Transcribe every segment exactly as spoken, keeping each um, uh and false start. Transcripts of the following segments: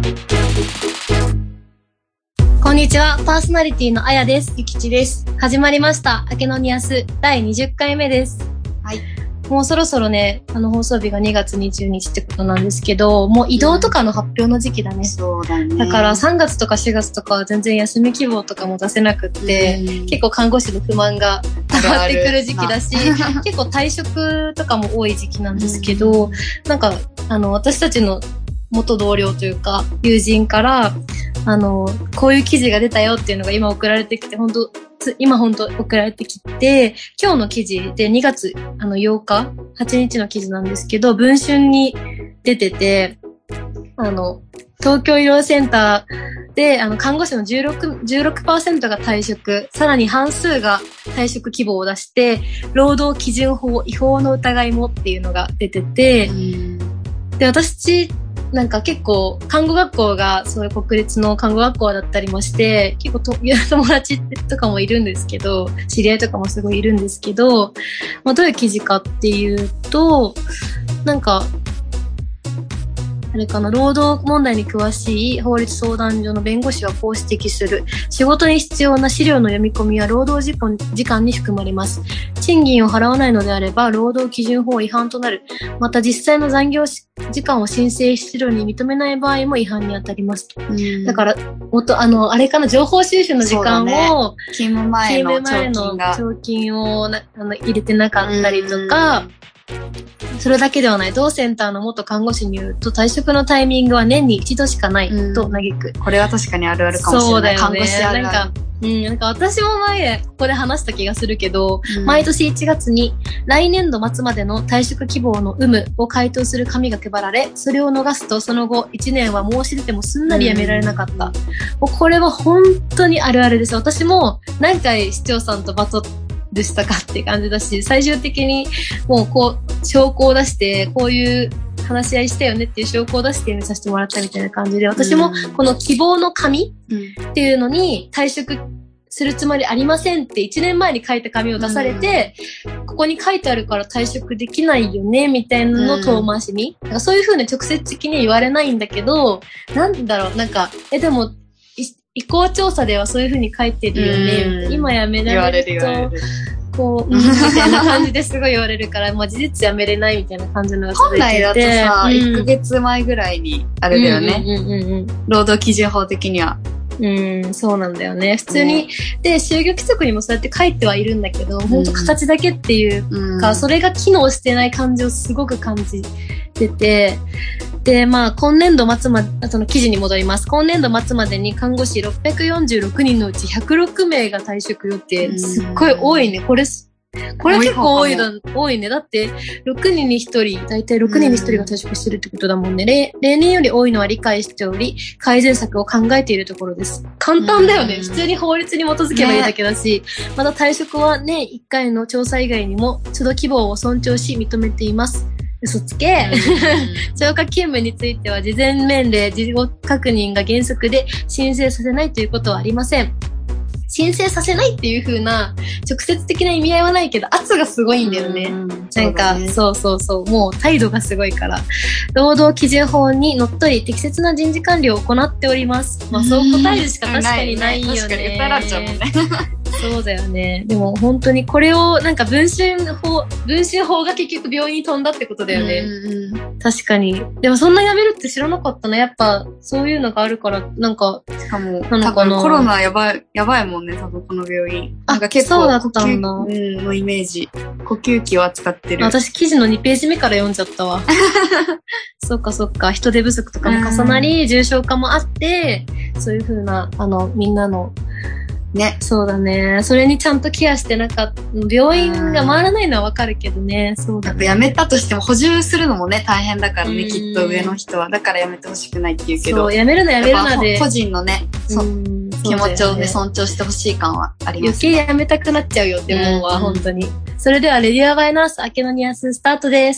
こんにちは、パーソナリティのあやです。ゆきちです。始まりました。明けのニアスだいにじゅっかいめです。 はい。 もうそろそろね、あの放送日がにがつにじゅうにちってことなんですけど、もう移動とかの発表の時期だね。うん、 そうだね。 だからさんがつとかしがつとかは全然休み希望とかも出せなくって、うん、結構看護師の不満が溜まってくる時期だし、結構退職とかも多い時期なんですけど、うん、なんか、あの、私たちの元同僚というか、友人から、あの、こういう記事が出たよっていうのが今送られてきて、本当今本当送られてきて、今日の記事でにがつあのようか、はちにちの記事なんですけど、文春に出てて、あの、東京医療センターで、あの、看護師のじゅうろく、じゅうろくパーセント が退職、さらに半数が退職希望を出して、労働基準法違反の疑いもっていうのが出てて、で、私、なんか結構看護学校がそういう国立の看護学校だったりもして結構と友達とかもいるんですけど知り合いとかもすごいいるんですけど、まあ、どういう記事かっていうとなんかあれかな、労働問題に詳しい法律相談所の弁護士はこう指摘する。仕事に必要な資料の読み込みは労働時間、時間に含まれます。賃金を払わないのであれば、労働基準法違反となる。また実際の残業時間を申請資料に認めない場合も違反に当たりますと。だから、もっとあの、あれかな、情報収集の時間を、ね、 勤務前の長金をなあの入れてなかったりとか、それだけではない。同センターの元看護師によると退職のタイミングは年に一度しかないと嘆く。 これは確かにあるあるかもしれない。 そうだよね。 看護師あるある。 なんか、うん、なんか私も前ここで話した気がするけど、うん、毎年いちがつに来年度末までの退職希望の有無を回答する紙が配られ、それを逃すとその後いちねんは申し出てもすんなりやめられなかった。うん、もうこれは本当にあるあるです。私も何回市長さんとバトってでしたかって感じだし、最終的にもうこう証拠を出してこういう話し合いしたよねっていう証拠を出して辞めさせてもらったみたいな感じで、私もこの希望の紙っていうのに退職するつもりありませんっていちねんまえに書いた紙を出されて、ここに書いてあるから退職できないよねみたいなのを遠回しに、なんかそういう風に直接的に言われないんだけど、なんだろう、なんかえでも意向調査ではそういう風に書いてるよね。今辞められると、こう、うん、みたいな感じですごい言われるから、まあ事実辞めれないみたいな感じのが続いてて。 本来だとさ、うん、いっかげつまえぐらいに、あれだよね。 うんうんうんうん、 労働基準法的には。 うん、そうなんだよね。普通に、ね、で、就業規則にもそうやって書いてはいるんだけど、うん、本当形だけっていうか、うん、それが機能してない感じをすごく感じてて、で、まあ、今年度末まで、その記事に戻ります。今年度末までに看護師ろっぴゃくよんじゅうろくにんのうちひゃくろくめいが退職予定。すっごい多いね。これ、これ結構多いだ、多いね。だって、ろくにんにひとり、だいたいろくにんにひとりが退職してるってことだもんね。例、例年より多いのは理解しており、改善策を考えているところです。簡単だよね。普通に法律に基づけばいいだけだし、ね、また退職は年いっかいの調査以外にも、都度希望を尊重し認めています。嘘つけ。超過勤務については事前年齢、事後確認が原則で申請させないということはありません。申請させないっていう風な直接的な意味合いはないけど圧がすごいんだよね。うんなんか、ね、そうそうそうもう態度がすごいから労働基準法にのっとり適切な人事管理を行っております。まあそう答えるしか確かにないよね。 確かに訴えられちゃうもんね。 そうだよね。でも本当にこれをなんか文春法文春法が結局病院に飛んだってことだよね。うんうん、確かに。でもそんなやめるって知らなかったな。やっぱそういうのがあるからなんかしかも多分コロナやばいやばいもんね多分この病院。なんか結構そうだったんだ。うんのイメージ。呼吸器を扱ってる。 私記事のにページ目から読んじゃったわ。そっかそっか。人手不足とかも重なり重症化もあってそういう風なあのみんなのね。 そうだね。それにちゃんとケアしてなかった。病院が回らないのはわかるけどね。そうだね。 やっぱ辞めたとしても補充するのもね、大変だからね、きっと上の人は。だから辞めてほしくないって言うけど。 そう、辞めるの辞めるので。 個人のね、そ気持ちをね、尊重してほしい感はあります、 ね。余計辞めたくなっちゃうよって思うわ、本当に。それでは、レディアバイナース、明けのニアススタートです。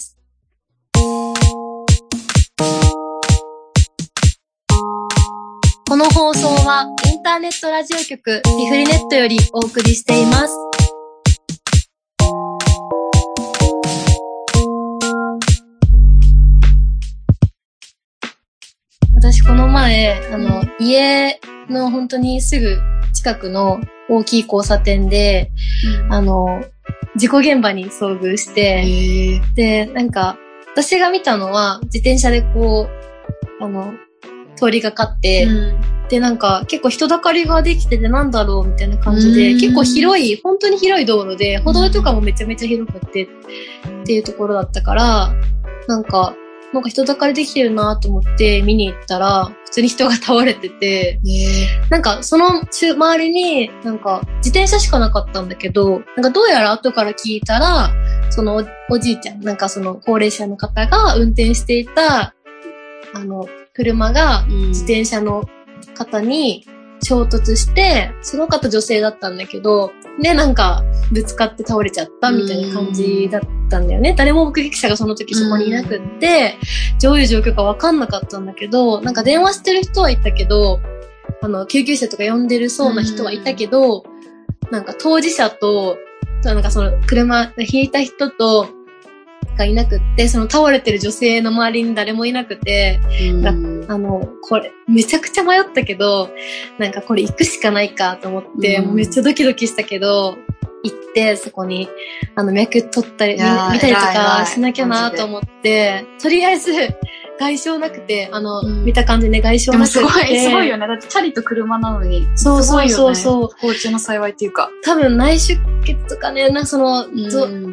この放送はインターネットラジオ局リフリネットよりお送りしています。 私この前、あの、うん、家の本当にすぐ近くの大きい交差点で、うん、あの、事故現場に遭遇して、で、なんか、私が見たのは、自転車でこう、あの、通りがかって、うん、で、なんか、結構人だかりができててなんだろうみたいな感じで、結構広い、本当に広い道路で、歩道とかもめちゃめちゃ広くって、っていうところだったから、なんか、なんか人だかりできてるなと思って見に行ったら、普通に人が倒れてて、なんかその周りになんか自転車しかなかったんだけど、なんかどうやら後から聞いたら、その お, おじいちゃん、なんかその高齢者の方が運転していた、あの、車が自転車の方に衝突して、その方女性だったんだけど、で、なんかぶつかって倒れちゃったみたいな感じだったんだよね。誰も目撃者がその時そこにいなくって、どういう状況かわかんなかったんだけど、なんか電話してる人はいたけど、あの、救急車とか呼んでるそうな人はいたけど、なんか当事者と、なんかその車引いた人と、がいなくって、その倒れてる女性の周りに誰もいなくて、あの、これ、めちゃくちゃ迷ったけど、なんかこれ行くしかないかと思って、もうめっちゃドキドキしたけど、行って、そこに、あの、脈取ったり、見たりとかしなきゃなと思って、とりあえず、外傷なくて、あの、うん、見た感じね、外傷なくて。 でもすごい、すごいよね。だってチャリと車なのに。 そうそうそうそう。 不幸中の幸いっていうか。 多分内出血とかね、な、その、うん、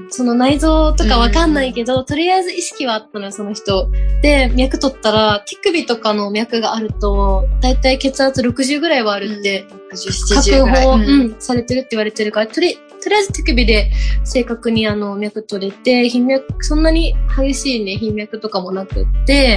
その内臓とかわかんないけど、うん、とりあえず意識はあったのよ、その人。で、脈取ったら、手首とかの脈があると、だいたい血圧ろくじゅうぐらいはあるって、 ろくじゅう、ななじゅうぐらい。 確保、うん、されてるって言われてるから、とり、とりあえず手首で正確にあの脈取れて、頻脈、そんなに激しいね、頻脈とかもなくって、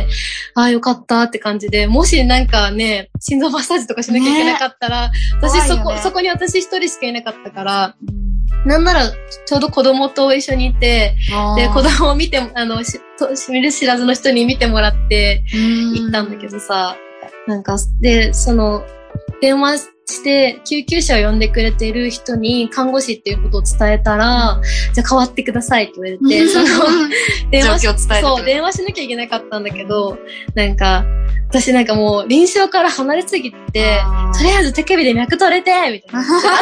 ああよかったって感じで、もしなんかね、心臓マッサージとかしなきゃいけなかったら、ね、私そこ、ね、そこに私一人しかいなかったから、うん、なんならちょうど子供と一緒にいて、で、子供を見て、あの、し、見る知らずの人に見てもらって行ったんだけどさ、なんか、で、その、電話して、救急車を呼んでくれている人に看護師っていうことを伝えたら、じゃあ変わってくださいって言われて、その、電話し、そう、電話しなきゃいけなかったんだけど、なんか、私なんかもう臨床から離れすぎて、とりあえず手首で脈取れてみたいな。後から、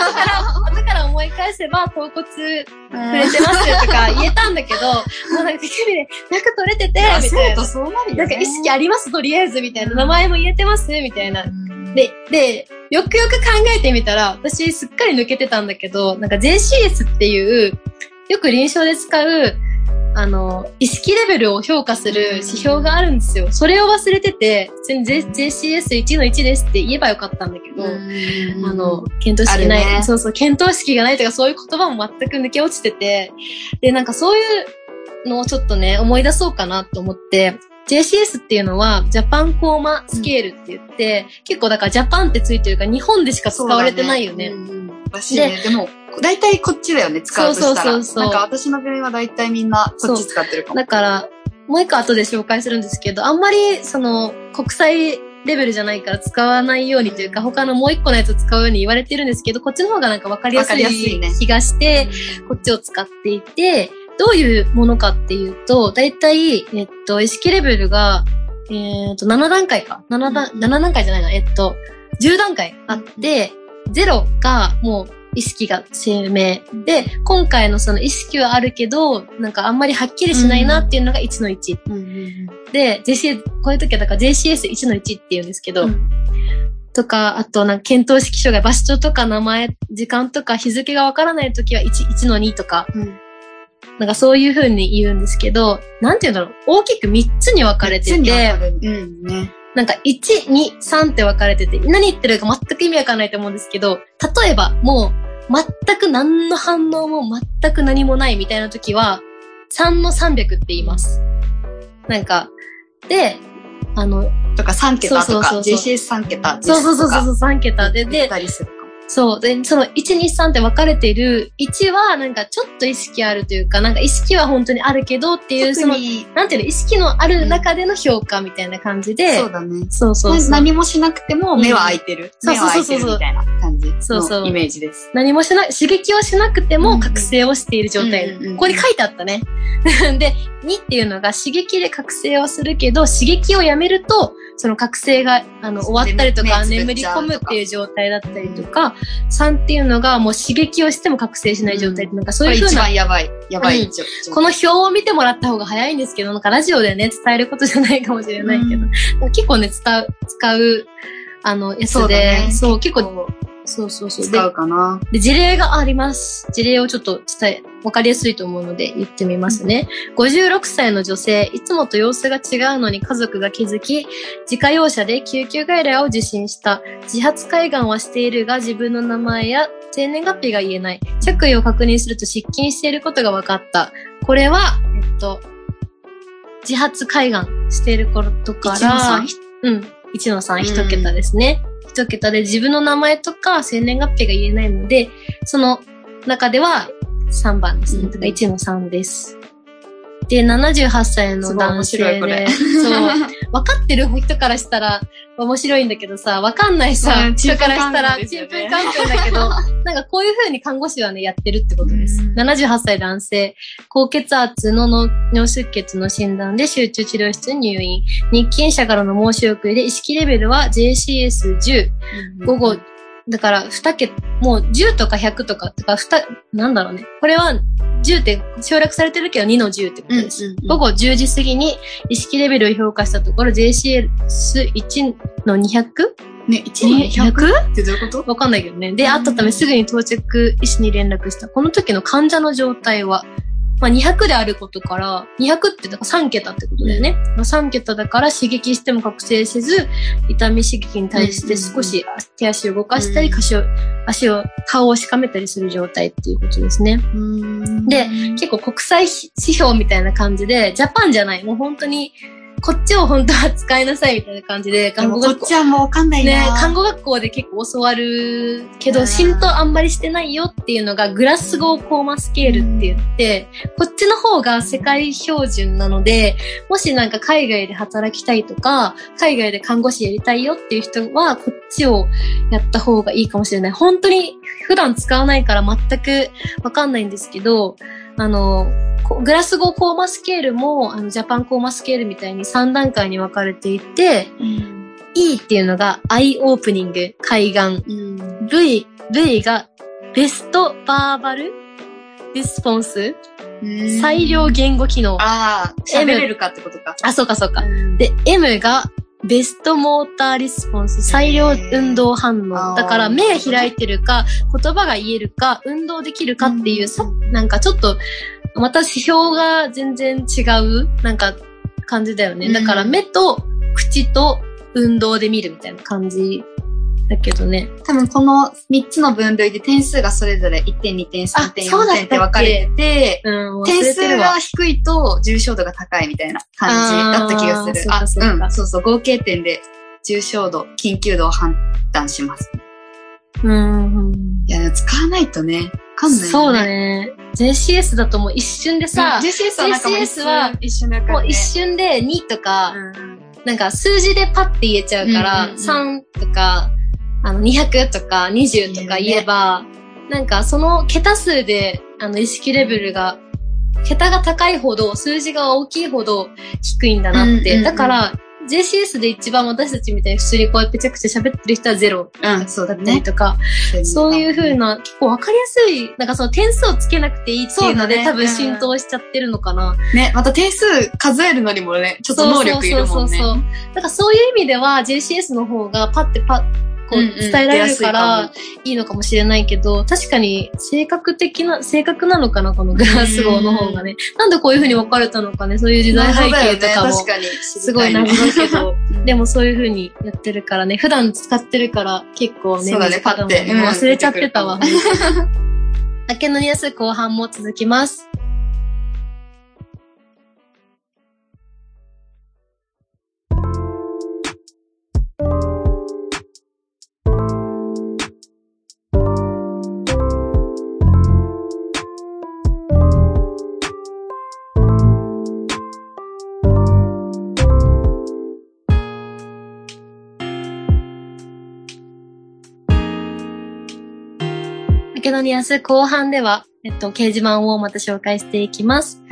後から思い返せば、頭骨触れてますとか言えたんだけど、もうなんか手首で脈取れてて、みたいな。 そうなるよね。 なんか意識ありますとりあえず、みたいな。名前も言えてますみたいな。で、で、よくよく考えてみたら、私すっかり抜けてたんだけど、なんか ジェーシーエス っていう、よく臨床で使う、あの、意識レベルを評価する指標があるんですよ。それを忘れてて、普通に ジェーシーエスいち のいちですって言えばよかったんだけど、あの、検討式ない、ね、そうそう、検討式がないとかそういう言葉も全く抜け落ちてて、で、なんかそういうのをちょっとね、思い出そうかなと思って、ジェーシーエス っていうのは、ジャパンコーマスケールって言って、うん、結構だからジャパンってついてるから日本でしか使われてないよね。 そうだね。うんうん、らしいね。でも、大体こっちだよね、使うとしたら。そうそうそうそう。なんか私の病院は大体みんなそっち使ってるかも。 だから、もう一個後で紹介するんですけど、あんまり、その、国際レベルじゃないから使わないようにというか、他のもう一個のやつを使うように言われてるんですけど、こっちの方がなんかわかりやすい気がして、こっちを使っていて、どういうものかっていうと、だいたい、えっと、意識レベルが、えっと、なな段階か。なな段、なな段階じゃないな。えっと、じゅう段階あって、ゼロがもう意識が鮮明。で、今回のその意識はあるけど、なんかあんまりはっきりしないなっていうのがいちのいち。うんうん、で、ジェーシーエス、こういう時はだから ジェーシーエスいちのいちって言うんですけど、うん、とか、あとなんか検討式障害、場所とか名前、時間とか日付がわからない時は いち、いちのにとか、うんなんかそういう風に言うんですけど、なんて言うんだろう、大きくみっつに分かれてて、うんね、なんかいち、に、さんって分かれてて、何言ってるか全く意味わかんないと思うんですけど、例えばもう全く何の反応も全く何もないみたいな時は、さんのさんびゃくって言います。なんか、で、あの、 とかさん桁とか、そうそうそうそう ジェーシーエスさん 桁そうそうそうそう、さん桁で、で、そう。で、そのいち、に、さんって分かれてるいちはなんかちょっと意識あるというか、なんか意識は本当にあるけどっていう、その、なんていうの、意識のある中での評価みたいな感じで。 そうだね。 そうそうそう。 何もしなくても目は開いてる。 うん、 目は開いてるみたいな感じのイメージです。 そうそう。何もしない、刺激をしなくても覚醒をしている状態。うんうん、ここに書いてあったね。で、にっていうのが刺激で覚醒をするけど、刺激をやめるとその覚醒が、あの、終わったりとか、眠り込むっていう状態だったりとか、さんっていうのがもう刺激をしても覚醒しない状態って、なんかそういうふうな。 一番やばい。やばい、うん。 この表を見てもらった方が早いんですけど、なんかラジオでね、伝えることじゃないかもしれないけど、うん、結構ね、使う、使う、あの、やつで、そう、ね、そう、結構、そうそうそう。 使うかな。 で、事例があります。事例をちょっと伝え、わかりやすいと思うので言ってみますね。うん、ごじゅうろくさいの女性、いつもと様子が違うのに家族が気づき、自家用車で救急外来を受診した。自発開眼はしているが、自分の名前や生年月日が言えない。着衣を確認すると失禁していることが分かった。これは、えっと、自発開眼していることから、いちのさん? うん。いちのさん、一桁ですね。一桁で自分の名前とか生年月日が言えないので、その中ではさんばんですね。だからいちのさんです。で、ななじゅうはっさいの男性で、そう、分かってる人からしたら面白いんだけどさ、分かんないさ、人からしたらちんぷんかんぷんだけど、なんかこういう風に看護師はね、やってるってことです。ななじゅうはっさい男性、高血圧の脳出血の診断で集中治療室に入院。日勤者からの申し送りで意識レベルは ジェーシーエスじゅう。午後、だからに桁、もうじゅうとかひゃくとか、とか、なんだろうね。これはじゅうって省略されてるけどにのじゅうってことです。うんうんうん、午後じゅうじ過ぎに意識レベルを評価したところ ジェーシーエスいち のにひゃく? ね、いちのにひゃく? ってどういうこと？ わかんないけどね。で、あったためすぐに到着医師に連絡した。この時の患者の状態は、まあ、にひゃくであることから、にひゃくってだからさん桁ってことだよね。うん、さん桁だから刺激しても覚醒せず、痛み刺激に対して少し手足を動かしたり、足を、足を、顔をしかめたりする状態っていうことですね。 うんで、結構国際指標みたいな感じで、ジャパンじゃない、もう本当に、こっちを本当は使いなさいみたいな感じで、 看護学校。こっちはもうわかんないな。 ね、看護学校で結構教わるけど、浸透あんまりしてないよっていうのが、グラスゴーコーマスケールって言って、こっちの方が世界標準なので、もしなんか海外で働きたいとか、海外で看護師やりたいよっていう人は、こっちをやった方がいいかもしれない。本当に普段使わないから全くわかんないんですけど、あの、グラスゴーコーマスケールも、あの、ジャパンコーマスケールみたいにさん段階に分かれていて、うん、E っていうのがアイオープニング、開眼。うん、V、V がベストバーバルリスポンス。裁量言語機能。 ああ、喋れるかってことか。 あ、そうかそうか。うん、で、M がベストモーターリスポンス、裁量運動反応。だから目開いてるか、言葉が言えるか、運動できるかっていう、うん、なんかちょっと、また指標が全然違う、なんか感じだよね。だから目と口と運動で見るみたいな感じだけどね。 多分このみっつの分類で点数がそれぞれいってん、にてん、さんてん、よんてんって分かれてて、うん、点数が低いと重症度が高いみたいな感じだった気がする。あ、そうか、うん、そうそう、合計点で重症度、緊急度を判断します。 うん。 いや、使わないとね、わかんないよね。 そうだね。ジェーシーエス だともう一瞬でさ、 うん、ジェーシーエス はなんかもう一瞬、は一瞬だから、ね、 もう一瞬でにとか、うん、なんか数字でパッて言えちゃうから、うんうんうん、さんとか、あのにひゃくとかにじゅうとか言えば、ね、なんかその桁数で、あの意識レベルが、桁が高いほど、数字が大きいほど低いんだなって。うんうんうん、だから、ジェーシーエス で一番私たちみたいに普通にこうやってめちゃくちゃ喋ってる人はゼロだったりとか、うん、そういう風な結構わかりやすい、なんかその点数をつけなくていいっていうので、ね、多分浸透しちゃってるのかな。 ね、また点数数えるのにもね、ちょっと能力いるもんね。そうそうそうそう。 だからそういう意味では ジェーシーエス の方がパッてパッこう伝えられるからいいのかもしれないけど、確かに性格的な、性格なのかな、このグラスゴーの方がね。なんでこういう風に分かれたのかね、そういう時代背景とかもすごい謎だけど、でもそういう風にやってるからね、普段使ってるから結構ね、 そうだね、パッて忘れちゃってたわ。明けのニュース後半も続きます。明けのニュース後半では、えっと、掲示板をまた紹介していきます。 はい。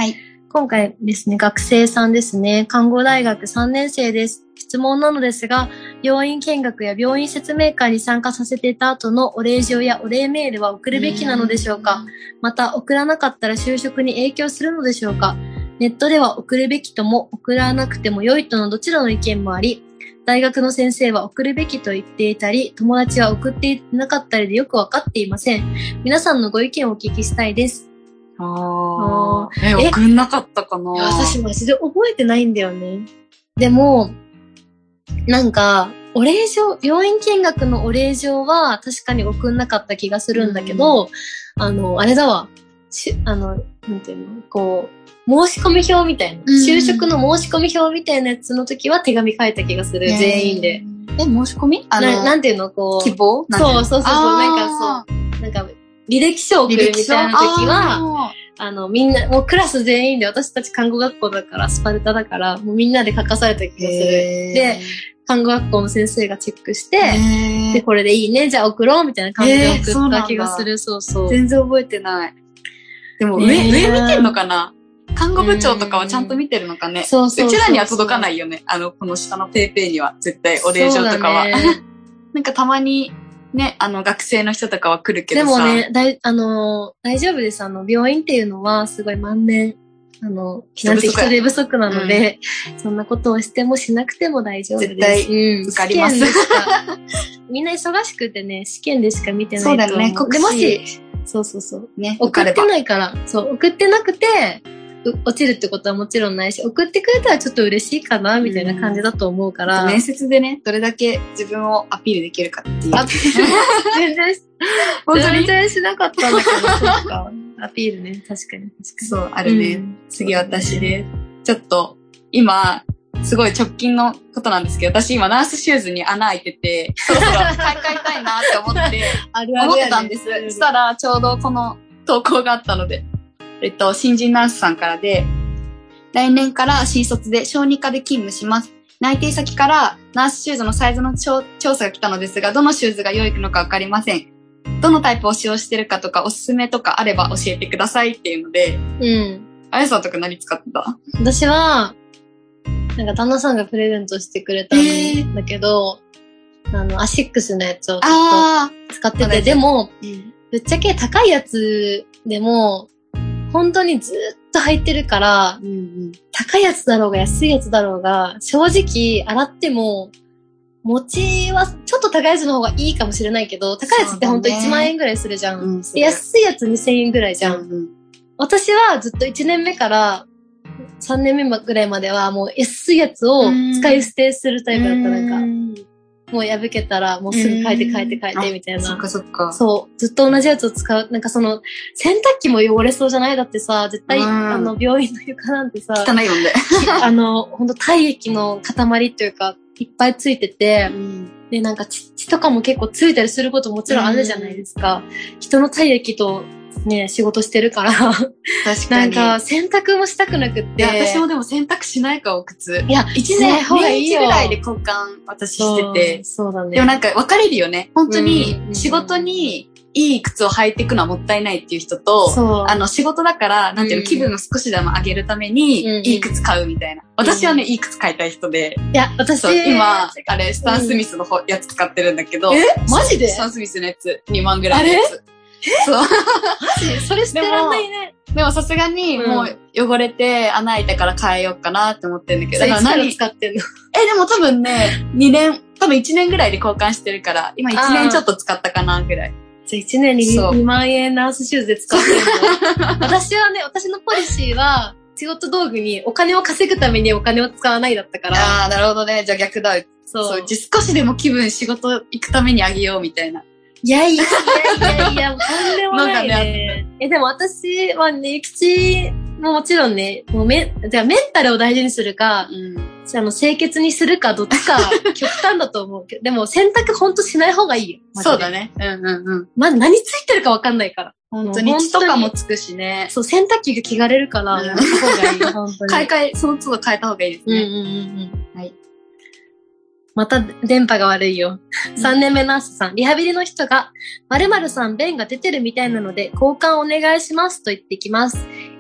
今回ですね、学生さんですね。看護大学さんねん生です。質問なのですが、病院見学や病院説明会に参加させていた後のお礼状やお礼メールは送るべきなのでしょうか？また、送らなかったら就職に影響するのでしょうか？ネットでは送るべきとも送らなくても良いとのどちらの意見もあり、大学の先生は送るべきと言っていたり、友達は送っていなかったりでよくわかっていません。皆さんのご意見をお聞きしたいです。 ああ。え、送んなかったかな？ 私マジで覚えてないんだよね。でも、なんか、お礼状、病院見学のお礼状は確かに送んなかった気がするんだけど、うん、あの、あれだわ。し、あの、なんていうの？こう、申し込み表みたいな、うん。就職の申し込み表みたいなやつの時は手紙書いた気がする、全員で。 え、申し込み？あのな、なんていうの？こう。 希望？ そうそうそうそう。なんかそう。なんか、履歴書を送るみたいな時は、あの、みんな、もうクラス全員で、私たち看護学校だから、スパルタだから、もうみんなで書かされた気がする。で、看護学校の先生がチェックして、で、これでいいね、じゃあ送ろう、みたいな感じで送った気がする。そうそう。 全然覚えてない。でも上、上見てんのかな？看護部長とかはちゃんと見てるのかね。そうそう。うちらには届かないよね。あの、この下のペーペーには、絶対お礼状とかは。なんかたまに、ね、あの、学生の人とかは来るけどさ。 でもね、だい、あの、大丈夫です。あの、病院っていうのは、すごい万年、あの、人手不足なので、うん、そんなことをしてもしなくても大丈夫です。 絶対、受かります。 うん、みんな忙しくてね、試験でしか見てないと思う。 そうだね、 国試。そうそうそう。 ね、 送ってないから、そう、送ってなくて、落ちるってことはもちろんないし、送ってくれたらちょっと嬉しいかな、みたいな感じだと思うから。 うん、面接でね、どれだけ自分をアピールできるかっていう。アピール全然、本当に全然しなかったんだけど、そっか。アピールね、確かに確かに。 そう、あるね。うん、次私で。ちょっと、今、すごい直近のことなんですけど、私今ナースシューズに穴開いてて、そろそろ買い替えたいなって思って、あるある思ってたんです。そしたら、ちょうどこの投稿があったので、えっと、新人ナースさんからで、来年から新卒で小児科で勤務します。内定先からナースシューズのサイズの調査が来たのですが、どのシューズが良いのかわかりません。どのタイプを使用してるかとか、おすすめとかあれば教えてくださいっていうので、うん。あやさんとか何使ってた？ 私は、なんか旦那さんがプレゼントしてくれたんだけど、えー、あの、アシックスのやつをちょっと使ってて、でも、うん、ぶっちゃけ高いやつでも、本当にずっと履いてるから、うんうん、高いやつだろうが安いやつだろうが、正直洗っても、持ちはちょっと高いやつの方がいいかもしれないけど、高いやつって本当いちまん円ぐらいするじゃん。うん、で安いやつにせんえんぐらいじゃん。うんうん、私はずっといちねんめからさんねんめぐらいまではもう安いやつを使い捨てするタイプだった。なんか、もう破けたらもうすぐ変えて変えて変えてみたいな。 そっかそっか。 そう。ずっと同じやつを使う。なんかその、洗濯機も汚れそうじゃない？だってさ、絶対、あの、病院の床なんてさ、 汚いもんで。 あの、ほんと体液の塊っていうか、いっぱいついてて、うん、で、なんか血、血とかも結構ついたりすることもちろんあるじゃないですか。うん、人の体液と、ね、仕事してるから。確かに。なんか、洗濯もしたくなくって。 私もでも洗濯しないかも、靴。 いや、一年、 年一ぐらいで交換私してて。 そう、そうだね。 でもなんか分かれるよね。本当に、仕事にいい靴を履いていくのはもったいないっていう人と、そうあの、仕事だから、なんていうの、気分を少しでも上げるために、いい靴買うみたいな。私はね、いい靴買いたい人で。 いや、私、 今、あれ、スタン・スミスのやつ使ってるんだけど。 えマジでスタン・スミスのやつ、にまんぐらいのやつ。そう。マジそれ捨てらんないね。 でもさすがにもう汚れて穴開いたから変えようかなって思ってるんだけど。 だから何使ってんの？ え、でも多分ね、にねん、多分いちねんぐらいで交換してるから、今いちねんちょっと使ったかなぐらい。 じゃあいちねんににまんえんナースシューズで使ってるの？私はね、私のポリシーは、仕事道具にお金を稼ぐためにお金を使わないだったから。 ああ、なるほどね。じゃあ逆だ。そう。そう。少しでも気分仕事行くためにあげようみたいな。 いやいやいやいやいや、とんでもないね。え、でも私はね、ゆきちももちろんね、もうめ、じゃあメンタルを大事にするか、うん、あの清潔にするかどっちか極端だと思うけど、でも洗濯ほんとしない方がいいよ。 そうだね。うんうんうん。 ま、何ついてるかわかんないから。 本当に血とかもつくしね。 そう、洗濯機が気がれるから、やった方がいい。本当に。 買い替え、その都度変えた方がいいですね。 うんうんうんうん。はい。また電波が悪いよ。さんねんめナースさん、リハビリの人が、〇〇さん便が出てるみたいなので、交換お願いしますと言ってきます。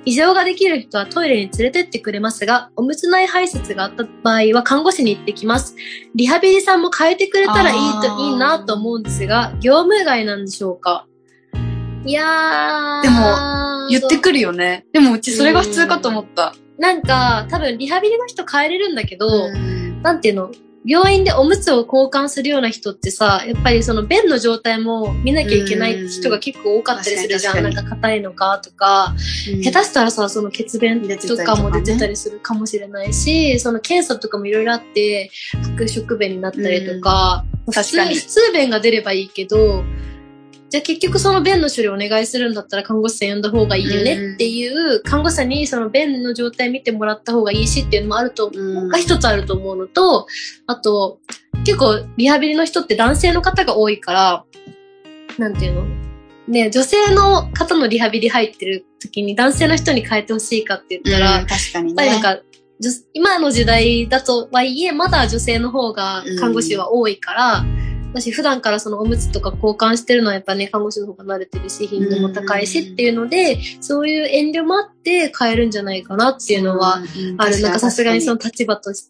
異常ができる人はトイレに連れてってくれますが、おむつ内排泄があった場合は看護師に行ってきます。リハビリさんも変えてくれたらいいといいなと思うんですが、業務外なんでしょうか？いやー。 でも、言ってくるよね。でもうちそれが普通かと思った。 なんか、多分リハビリの人変えれるんだけど、なんていうの？病院でおむつを交換するような人ってさ、やっぱりその便の状態も見なきゃいけない人が結構多かったりするじゃん。なんか硬いのかとか、下手したらさ、その血便とかも出てたりするかもしれないし、その検査とかもいろいろあって、腹食便になったりとか、普通、普通便が出ればいいけど、じゃあ結局その便の処理をお願いするんだったら看護師さん呼んだ方がいいよねっていう、看護師さんにその便の状態見てもらった方がいいしっていうのもあると、が一つあると思うのと、あと、結構リハビリの人って男性の方が多いから、なんていうの？ね、女性の方のリハビリ入ってる時に男性の人に変えてほしいかって言ったら、 確かにね、 やっぱりなんか、今の時代だとはいえ、まだ女性の方が看護師は多いから、私普段からそのおむつとか交換してるのはやっぱね、看護師の方が慣れてるし、頻度も高いしっていうので、そういう遠慮もあって変えるんじゃないかなっていうのはある。なんかさすがにその立場として、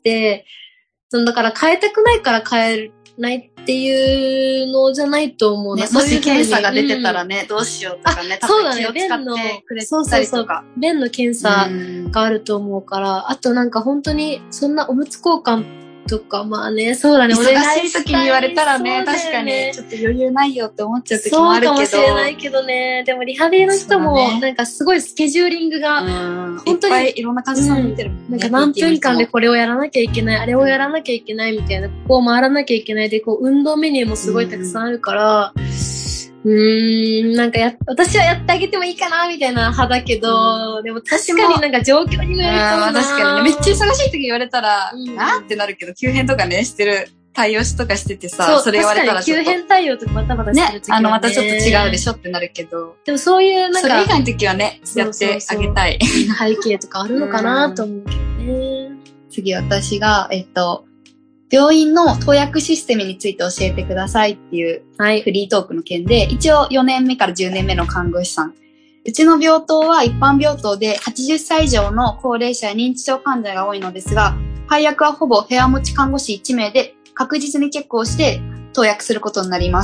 そのだから変えたくないから変えないっていうのじゃないと思うな。 ね、もし検査が出てたらね、うん、どうしようとかね、 そうだね、便の、そうそうそう、便の検査があると思うから、あとなんか本当にそんなおむつ交換とか、まあね、そうだね。 忙しい時に言われたらね、確かに、ちょっと余裕ないよって思っちゃう時もあるけど。 そうかもしれないけどね。でもリハビリの人も、なんかすごいスケジューリングが、 本当にいっぱいいろんな患者さん見てるもんね。 なんか何分間でこれをやらなきゃいけない、あれをやらなきゃいけないみたいな、ここを回らなきゃいけないで、こう、運動メニューもすごいたくさんあるから、うーん、なんかや、私はやってあげてもいいかな、みたいな派だけど、うん、でも確かになんか状況にもよるかもな。 確かにね。めっちゃ忙しい時言われたら、うん、なーってなるけど、急変とかね、してる、対応しとかしててさ、そ, それ言われたらちょっと。 急変対応とかバタバタしてる時はね。 ね、あの、またちょっと違うでしょってなるけど。 でもそういうなんか。 それ以外の時はね、やってあげたい。 背景とかあるのかなと思うけどね。 次私が、えっと、病院の投薬システムについて教えてくださいっていうフリートークの件で、はい、一応よねんめからじゅうねんめの看護師さん。うちの病棟は一般病棟ではちじゅっさい以上の高齢者や認知症患者が多いのですが、配薬はほぼ部屋持ち看護師いち名で確実にチェックをして投薬することになります。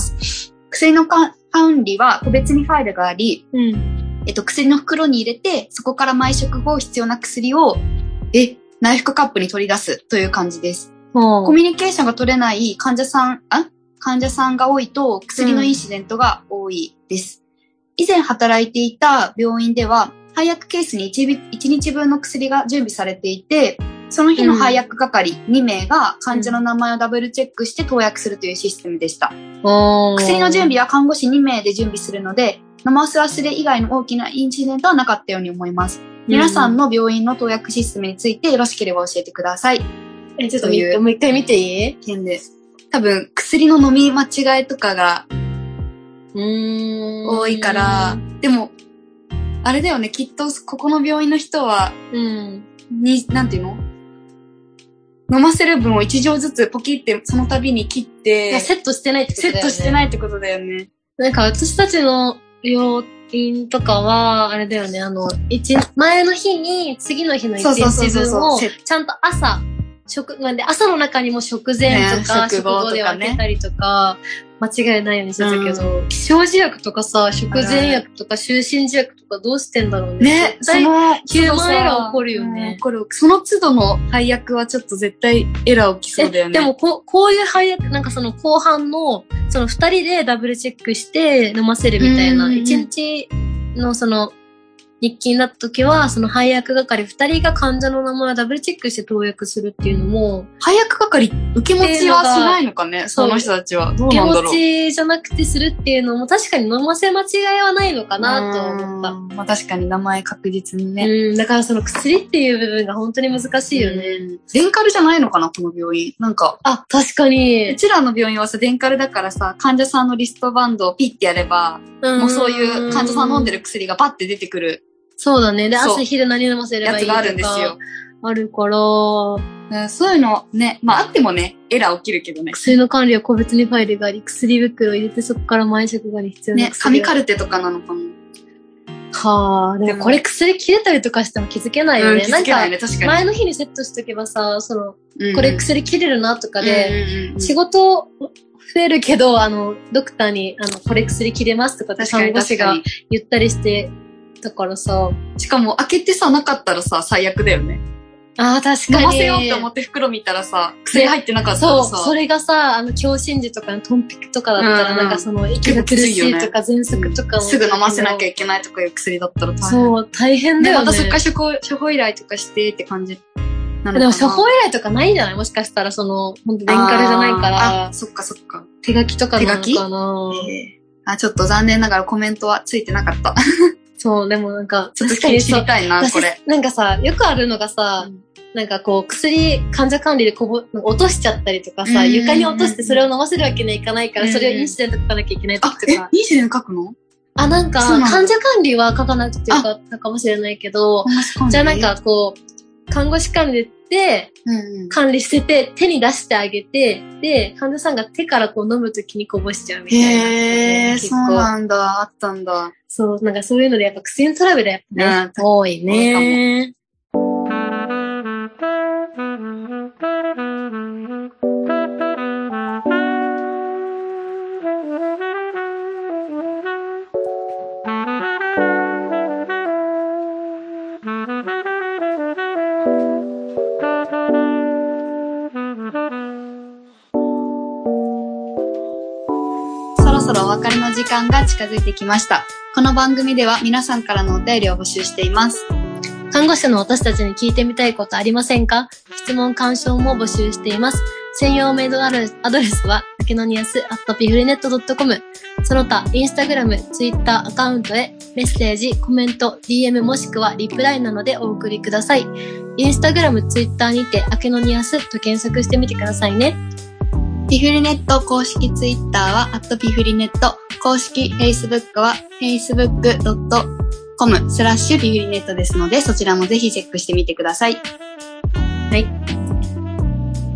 薬の管理は個別にファイルがあり、うん、えっと、薬の袋に入れて、そこから毎食後必要な薬を、え、内服カップに取り出すという感じです。コミュニケーションが取れない患者さん、あ患者さんが多いと薬のインシデントが多いです。うん、以前働いていた病院では配薬ケースに 1, いちにちぶんの薬が準備されていて、その日の配薬係に名が患者の名前をダブルチェックして投薬するというシステムでした。うん、薬の準備は看護師に名で準備するので、飲ませ忘れ以外の大きなインシデントはなかったように思います。皆さんの病院の投薬システムについてよろしければ教えてください。 え、ちょっともう一回見ていい？ 件です。多分、薬の飲み間違いとかが、 うーん。 多いから、でも、あれだよね、きっと、ここの病院の人は、 うん。 に、なんていうの？飲ませる分を一錠ずつポキってその度に切って、 セットしてないってことだよね。 セットしてないってことだよね。 なんか私たちの病院とかは、あれだよね、あの、一、前の日に、次の日の一日分を、ちゃんと朝、食、なんで朝の中にも食前とか、ね、食後で分けたりとか、間違いないようにしてたけど、うん、気象自薬とかさ、食前薬とか就寝自薬とかどうしてんだろうね。 ね、その、 ヒューマンエラー起こるよね。 起こる。その都度の配薬はちょっと絶対エラー起きそうだよね。 でもこう、こういう配薬、なんかその後半の、その二人でダブルチェックして飲ませるみたいな、一日のその、日記になった時は、その配薬係二人が患者の名前をダブルチェックして投薬するっていうのも、 配薬係受け持ちはしないのかね、その人たちは。どうなんだろう。 受け持ちじゃなくてするっていうのも確かに飲ませ間違いはないのかなと思った。 まあ確かに名前確実にね。 うん、だからその薬っていう部分が本当に難しいよね。 デンカルじゃないのかな、この病院。なんか。 あ、確かに。 うちらの病院はさ、デンカルだからさ、患者さんのリストバンドをピッてやれば、もうそういう患者さん飲んでる薬がパッて出てくる。 そうだね。で、朝昼何飲ませればいいとか。やつがあるんですよ。あるから、 そういうのね、まああってもね、エラー起きるけどね。 薬の管理は個別にファイルがあり、薬袋を入れてそこから毎食後に必要なね、紙カルテとかなのかな。 はあ、でもこれ薬切れたりとかしても気づけないよね。 うん、気づけないね、確かに。 前の日にセットしとけばさ、その、うん、これ薬切れるなとかで、仕事増えるけど、あの、ドクターに、あの、これ薬切れますとかって看護師が言ったりして、だからさ。 しかも開けてさ、なかったらさ、最悪だよね。 ああ、確かに。 飲ませようって思って袋見たらさ、薬入ってなかったらさ。 そう、それがさ、あの、強心時とかのトンピクとかだったら、うん、なんかその、息が苦しいとか、喘息とかも、 うん。すぐ飲ませなきゃいけないとかいう薬だったら大変。 そう、大変だよね。 またそっから処方、処方依頼とかしてって感じ。 でも処方依頼とかないんじゃないもしかしたら、その、ほんとレンカルじゃないから。 あ、そっかそっか。 手書きとかなのかな。 手書き、えー、あ、ちょっと残念ながらコメントはついてなかった。 そう、でもなんか、 ちょっと知りたいな、これ。 なんかさ、よくあるのがさ、うん、なんかこう、薬、患者管理でこぼ、落としちゃったりとかさ、床に落としてそれを飲ませるわけにはいかないから、それをインシデント書かなきゃいけないとか。 え、インシデント書くの？ あ、なんか、患者管理は書かなくてよかったかもしれないけど、じゃあなんかこう、看護師管理で、管理してて、手に出してあげて、で、患者さんが手からこう飲むときにこぼしちゃうみたいな。 へー、そうなんだ、あったんだ。 そう、なんかそういうのでやっぱ薬のトラブルやっぱね、多いね。 そろそろお別れの時間が近づいてきました。この番組では皆さんからのお便りを募集しています。 看護師の私たちに聞いてみたいことありませんか？質問感想も募集しています。専用メールアドレスは竹のニアスアットピフリネットドットコム。その他インスタグラム、ツイッターアカウントへメッセージ、コメント、ディーエム もしくはリプライなのでお送りください。インスタグラム、ツイッターにて竹のニアスと検索してみてくださいね。 ピフリネット公式ツイッターは、アットピフリネット、公式フェイスブックは、フェイスブックドットコムスラッシュピフリネットですので、そちらもぜひチェックしてみてください。 はい。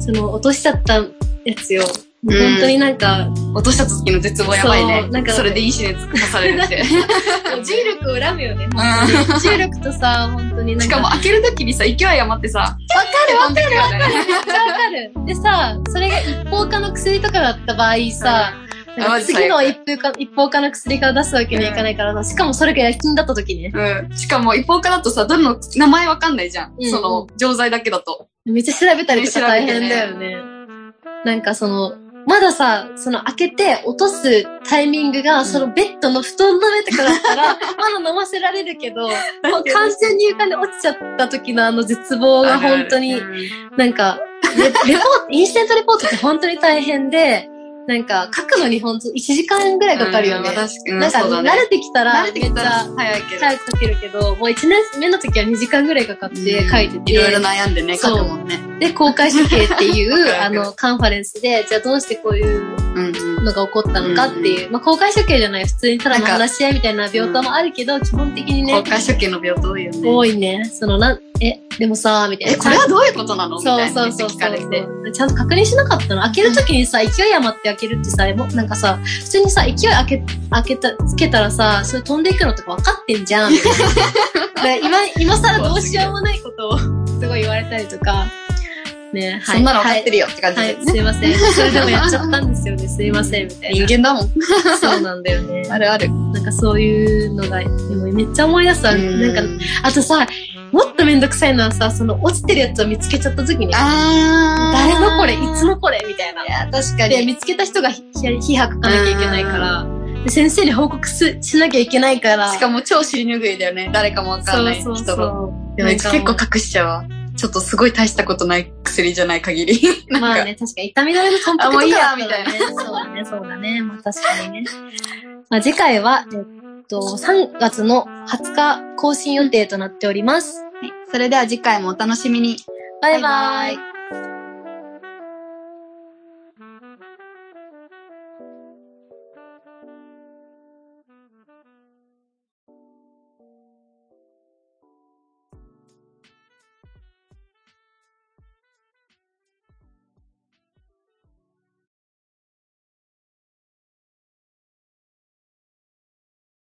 その、落としちゃったやつよ。本当になんか、 落とした時の絶望やばいね。なんかそれでいいシーン刺されるって。 重力を恨むよね。重力とさ、本当になんか。 しかも開ける時にさ、勢い余ってさ、わかるわかるわかる。めっちゃわかる。でさ、それが一方化の薬とかだった場合さ、なんか次の一方化、一方化の薬から出すわけにはいかないからさ、しかもそれが夜勤だった時ね。 うん。しかも一方化だとさ、どれの名前わかんないじゃん。その、錠剤だけだと。 めっちゃ調べたりとか大変だよね。なんかその、まださ、その開けて落とすタイミングが、そのベッドの布団の上とかだったら、まだ飲ませられるけど、もう完全に床に落ちちゃった時のあの絶望が本当に、なんか、レ、レポート、インシデントレポートって本当に大変で、なんか、書くのにほんといちじかんぐらいかかるよね。うん、確かに。なんか、慣れてきたら、めっちゃ早いけど。早く書けるけど、もういちねんめの時はにじかんぐらいかかって書いてて。 いろいろ悩んでね、書くもんね。 で、公開処刑っていう、あの、カンファレンスで、じゃあどうしてこういうのが起こったのかっていう。うんうん、まあ、公開処刑じゃない、普通にただの話し合いみたいな病棟もあるけど、基本的にね。 公開処刑の病棟多いよね。 多いね。その、なん、え、でもさ、みたいな。 え、これはどういうことなのみたいな。 そうそうそうそう。ちゃんと確認しなかったの。開けるときにさ、勢い余って開けるってさ、もなんかさ、普通にさ、勢い開け、開けた、つけたらさ、それ飛んでいくのとか分かってんじゃん。みたいな。今、今更どうしようもないことをすごい言われたりとか。ね、 はい。そんなの分かってるよって感じで、 ね。はい、すいません。それでもやっちゃったんですよね。すいません、みたいな。 人間だもん。 そうなんだよね。 あるある。 なんかそういうのが、でもめっちゃ思い出すわ。なんか、あとさ、もっとめんどくさいのはさ、その落ちてるやつを見つけちゃった時に、あ誰のこれ、いつのこれみたいな。 いや、確かに。 で、見つけた人が批判書かなきゃいけないから、で先生に報告すしなきゃいけないから。 しかも超尻拭いだよね。誰かもわかんない人が。そうそうそう。でも結構隠しちゃうわ。ちょっとすごい大したことない薬じゃない限り。 まあね、確かに痛み止めのトンプとかだったらね。あ、もういいや、みたいな。 そうだね、そうだね。まあ確かにね。まあ次回は、えっと、さんがつのはつか更新予定となっております。 はい。それでは次回もお楽しみに。 バイバイ。